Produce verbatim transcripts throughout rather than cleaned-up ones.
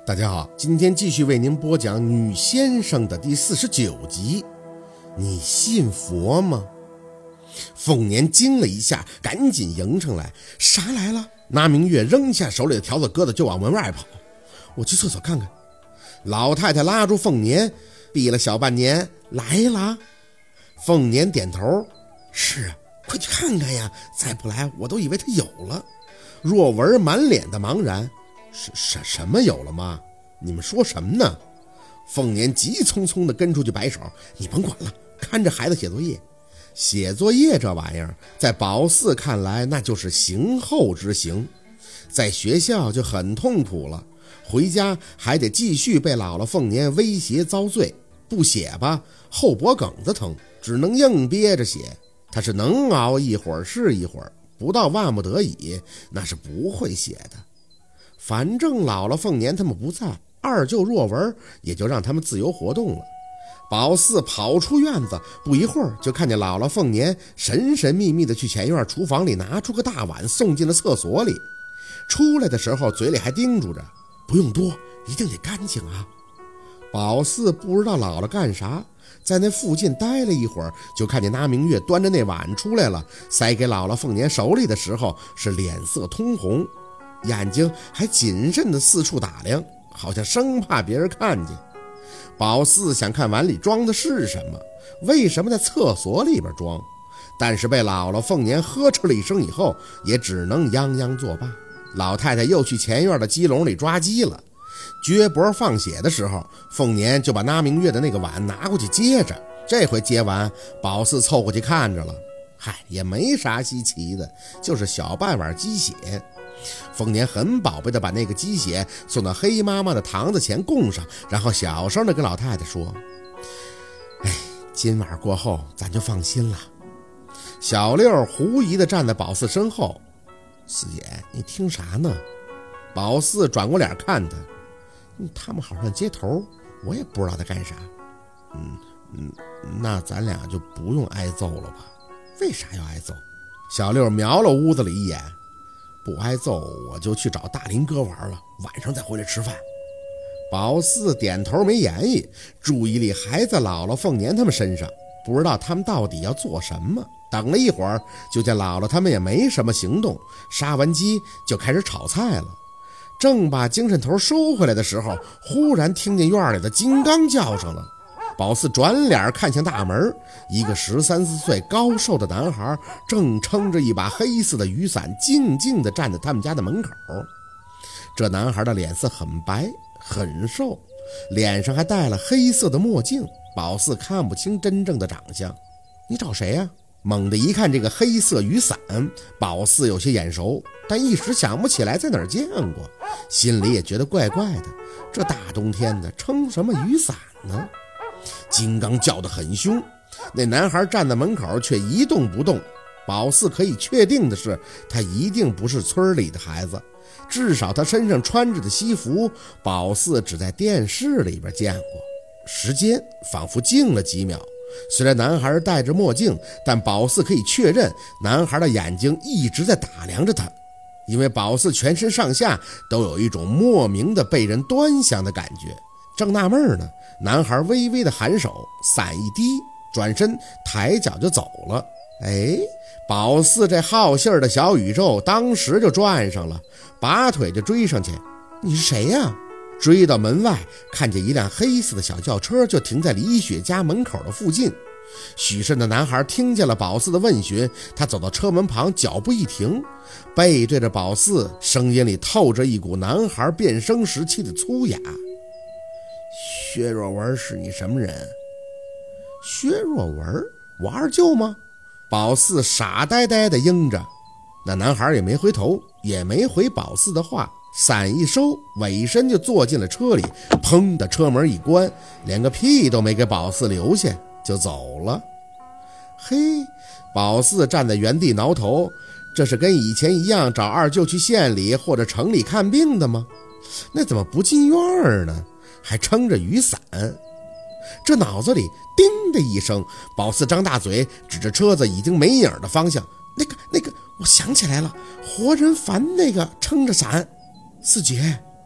大家好，今天继续为您播讲女先生的第四十九集。你信佛吗？凤年惊了一下，赶紧迎上来。啥来了？那明月扔下手里的条子疙瘩就往门外跑。我去厕所看看。老太太拉住凤年，闭了小半年，来了。凤年点头，是啊，快去看看呀，再不来我都以为他有了。若文满脸的茫然，什什什么有了吗？你们说什么呢？凤年急匆匆地跟出去摆手，你甭管了，看着孩子写作业。写作业这玩意儿在宝四看来那就是刑后之刑，在学校就很痛苦了，回家还得继续被姥姥凤年威胁遭罪，不写吧后脖梗子疼，只能硬憋着写。他是能熬一会儿是一会儿，不到万不得已那是不会写的。反正姥姥凤年他们不在，二舅若文也就让他们自由活动了。宝四跑出院子，不一会儿就看见姥姥凤年神神秘秘地去前院厨房里拿出个大碗送进了厕所里，出来的时候嘴里还叮嘱着不用多，一定得干净啊。宝四不知道姥姥干啥，在那附近待了一会儿，就看见那明月端着那碗出来了，塞给姥姥凤年手里的时候是脸色通红，眼睛还谨慎地四处打量，好像生怕别人看见。宝四想看碗里装的是什么，为什么在厕所里边装，但是被姥姥凤年呵斥了一声以后，也只能泱泱作罢。老太太又去前院的鸡笼里抓鸡了，撅脖放血的时候，凤年就把那明月的那个碗拿过去接着，这回接完，宝四凑过去看着了，嗨，也没啥稀奇的，就是小半碗鸡血。凤年很宝贝地把那个鸡血送到黑妈妈的堂子前供上，然后小声地跟老太太说，哎，今晚过后咱就放心了。小六狐疑地站在宝四身后，四姐你听啥呢？宝四转过脸看他，他们好像接头，我也不知道在干啥。嗯嗯，那咱俩就不用挨揍了吧？为啥要挨揍？小六瞄了屋子里一眼，不挨揍我就去找大林哥玩了，晚上再回来吃饭。宝四点头没言语，注意力还在姥姥凤年他们身上，不知道他们到底要做什么。等了一会儿，就见姥姥他们也没什么行动，杀完鸡就开始炒菜了。正把精神头收回来的时候，忽然听见院里的金刚叫上了。宝四转脸看向大门，一个十三四岁高瘦的男孩正撑着一把黑色的雨伞，静静地站在他们家的门口。这男孩的脸色很白很瘦，脸上还戴了黑色的墨镜，宝四看不清真正的长相。你找谁呀？猛地一看这个黑色雨伞，宝四有些眼熟，但一时想不起来在哪儿见过，心里也觉得怪怪的，这大冬天的撑什么雨伞呢？金刚叫得很凶，那男孩站在门口却一动不动。宝四可以确定的是，他一定不是村里的孩子，至少他身上穿着的西服，宝四只在电视里边见过。时间仿佛静了几秒，虽然男孩戴着墨镜，但宝四可以确认男孩的眼睛一直在打量着他，因为宝四全身上下都有一种莫名的被人端详的感觉。正纳闷呢，男孩微微的颔首，伞一低，转身抬脚就走了。哎，宝四这好信儿的小宇宙当时就转上了，拔腿就追上去。你是谁呀？追到门外，看见一辆黑色的小轿车就停在李雪家门口的附近。许慎的男孩听见了宝四的问询，他走到车门旁，脚步一停，背对着宝四，声音里透着一股男孩变声时期的粗哑。薛若文是你什么人？薛若文，我二舅吗？宝四傻呆呆地应着。那男孩也没回头，也没回宝四的话，伞一收，尾身就坐进了车里，砰的车门一关，连个屁都没给宝四留下就走了。嘿，宝四站在原地挠头，这是跟以前一样找二舅去县里或者城里看病的吗？那怎么不进院呢？还撑着雨伞。这脑子里叮的一声，宝四张大嘴指着车子已经没影的方向，那个那个我想起来了，活人凡那个撑着伞。四姐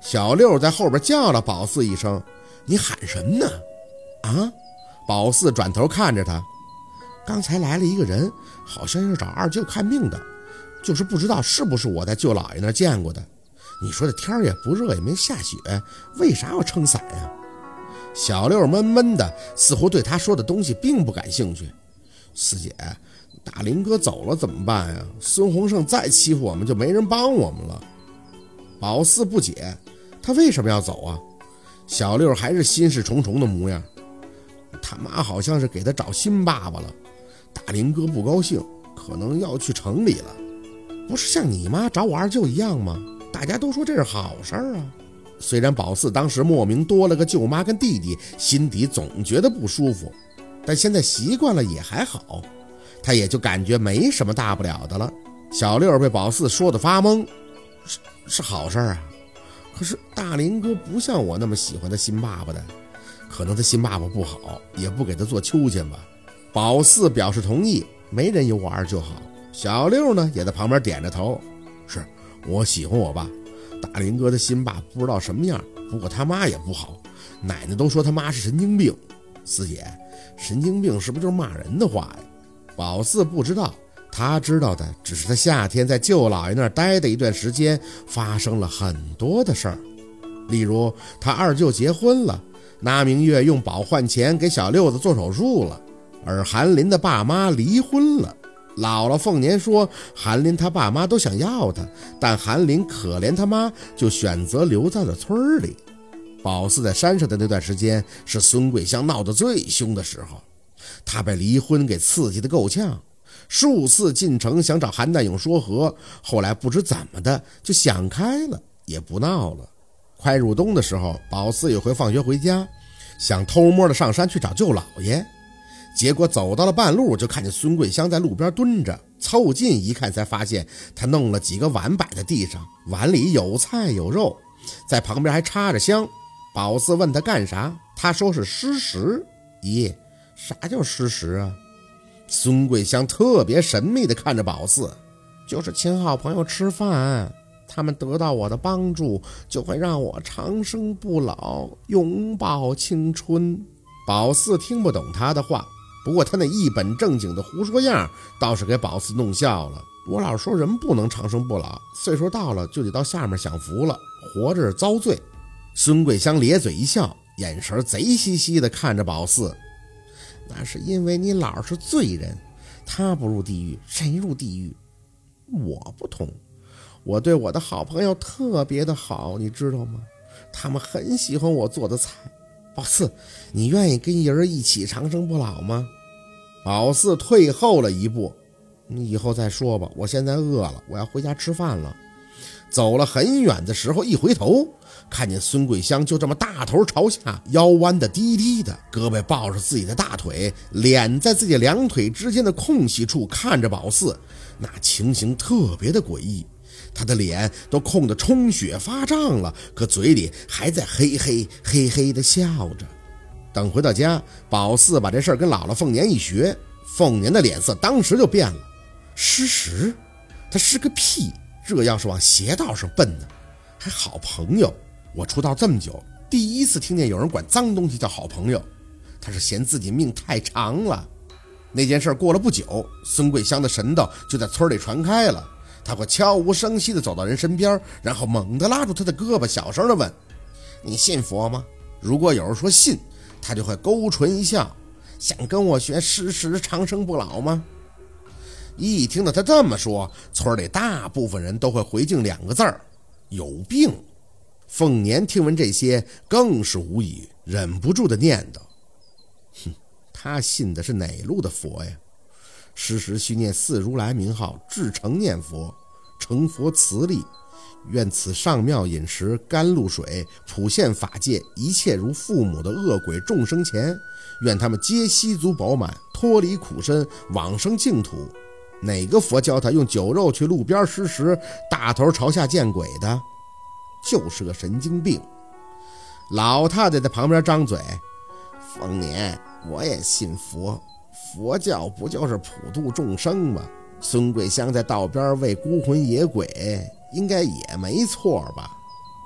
小六在后边叫了宝四一声：“你喊什么呢？”啊！宝四转头看着他，刚才来了一个人，好像是找二舅看病的，就是不知道是不是我在舅姥爷那儿见过的。你说这天也不热也没下雪，为啥要撑伞呀？小六闷闷的，似乎对他说的东西并不感兴趣。四姐，大林哥走了怎么办呀？孙洪胜再欺负我们就没人帮我们了。宝四不解，他为什么要走啊？小六还是心事重重的模样。他妈好像是给他找新爸爸了，大林哥不高兴，可能要去城里了。不是像你妈找我二舅一样吗？大家都说这是好事儿啊。虽然宝四当时莫名多了个舅妈跟弟弟，心底总觉得不舒服，但现在习惯了也还好，他也就感觉没什么大不了的了。小六被宝四说得发懵，是是好事儿啊，可是大林哥不像我那么喜欢他新爸爸的，可能他新爸爸不好，也不给他做秋千吧。宝四表示同意，没人有我二舅好。小六呢也在旁边点着头，是我喜欢我爸，大林哥的新爸不知道什么样，不过他妈也不好，奶奶都说他妈是神经病。四姐，神经病是不是就是骂人的话呀？宝四不知道，他知道的只是他夏天在舅姥爷那儿待的一段时间发生了很多的事儿，例如他二舅结婚了，那明月用保换钱给小六子做手术了，而韩林的爸妈离婚了。姥姥凤年说韩林他爸妈都想要他，但韩林可怜他妈，就选择留在了村里。宝四在山上的那段时间是孙桂香闹得最凶的时候，他被离婚给刺激得够呛，数次进城想找韩旦勇说和，后来不知怎么的就想开了，也不闹了。快入冬的时候，宝四有回放学回家，想偷摸的上山去找舅姥爷，结果走到了半路，就看见孙桂香在路边蹲着，凑近一看才发现他弄了几个碗摆在地上，碗里有菜有肉，在旁边还插着香。宝四问他干啥，他说是施食。咦，啥叫施食啊？孙桂香特别神秘地看着宝四，就是请好朋友吃饭，他们得到我的帮助，就会让我长生不老，永葆青春。宝四听不懂他的话，不过他那一本正经的胡说样倒是给宝四弄笑了。我老说人不能长生不老，岁数到了就得到下面享福了，活着遭罪。孙桂香咧嘴一笑，眼神贼兮兮地看着宝四。那是因为你姥是罪人，他不入地狱，谁入地狱？我不同，我对我的好朋友特别的好，你知道吗？他们很喜欢我做的菜。宝四，你愿意跟人一起长生不老吗？宝四退后了一步，你以后再说吧，我现在饿了，我要回家吃饭了。走了很远的时候，一回头看见孙桂香就这么大头朝下，腰弯的低低的，胳膊抱着自己的大腿，脸在自己两腿之间的空隙处看着宝四，那情形特别的诡异。他的脸都空得充血发胀了，可嘴里还在嘿嘿嘿嘿的笑着。等回到家，宝四把这事儿跟姥姥凤年一学，凤年的脸色当时就变了。失实？他是个屁！这要是往邪道上奔呢，还好朋友。我出道这么久，第一次听见有人管脏东西叫好朋友，他是嫌自己命太长了。那件事过了不久，孙桂香的神道就在村里传开了。他会悄无声息地走到人身边，然后猛地拉住他的胳膊，小声地问：你信佛吗？如果有人说信，他就会勾唇一笑，想跟我学施食长生不老吗？一听到他这么说，村里大部分人都会回敬两个字儿：有病。凤年听闻这些更是无语，忍不住的念叨：哼，他信的是哪路的佛呀？时时须念四如来名号，至诚念佛，成佛慈力，愿此上庙饮食甘露水，普现法界一切如父母的恶鬼众生前，愿他们皆悉足饱满，脱离苦身，往生净土。哪个佛教他用酒肉去路边施食，大头朝下见鬼的？就是个神经病。老太太在旁边张嘴：凤年，我也信佛，佛教不就是普度众生吗？孙桂香在道边喂孤魂野鬼，应该也没错吧？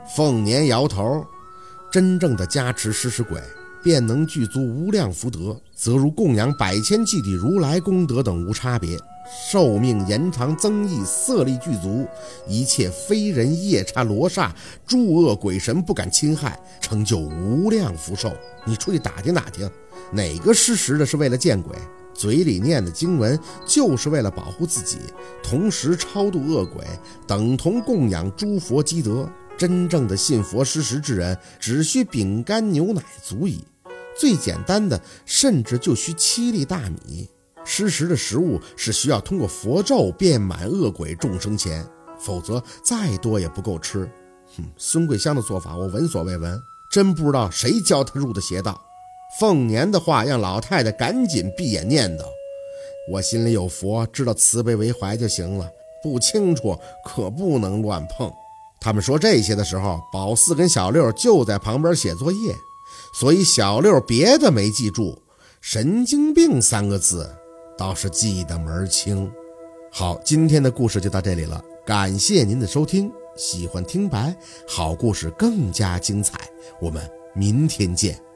凤年摇头，真正的加持食尸鬼，便能具足无量福德，则如供养百千祭地如来功德等无差别，寿命延长增益，色力具足，一切非人夜叉罗刹诸恶鬼神不敢侵害，成就无量福寿。你出去打听打听，哪个施食的是为了见鬼，嘴里念的经文就是为了保护自己，同时超度恶鬼，等同供养诸佛积德。真正的信佛施食之人，只需饼干牛奶足矣，最简单的甚至就需七粒大米。施食的食物是需要通过佛咒遍满恶鬼众生前，否则再多也不够吃。哼，孙桂香的做法我闻所未闻，真不知道谁教他入的邪道。凤年的话让老太太赶紧闭眼念叨，我心里有佛，知道慈悲为怀就行了，不清楚可不能乱碰。他们说这些的时候，宝四跟小六就在旁边写作业，所以小六别的没记住，神经病三个字倒是记得门清。好，今天的故事就到这里了，感谢您的收听，喜欢听白好故事更加精彩，我们明天见。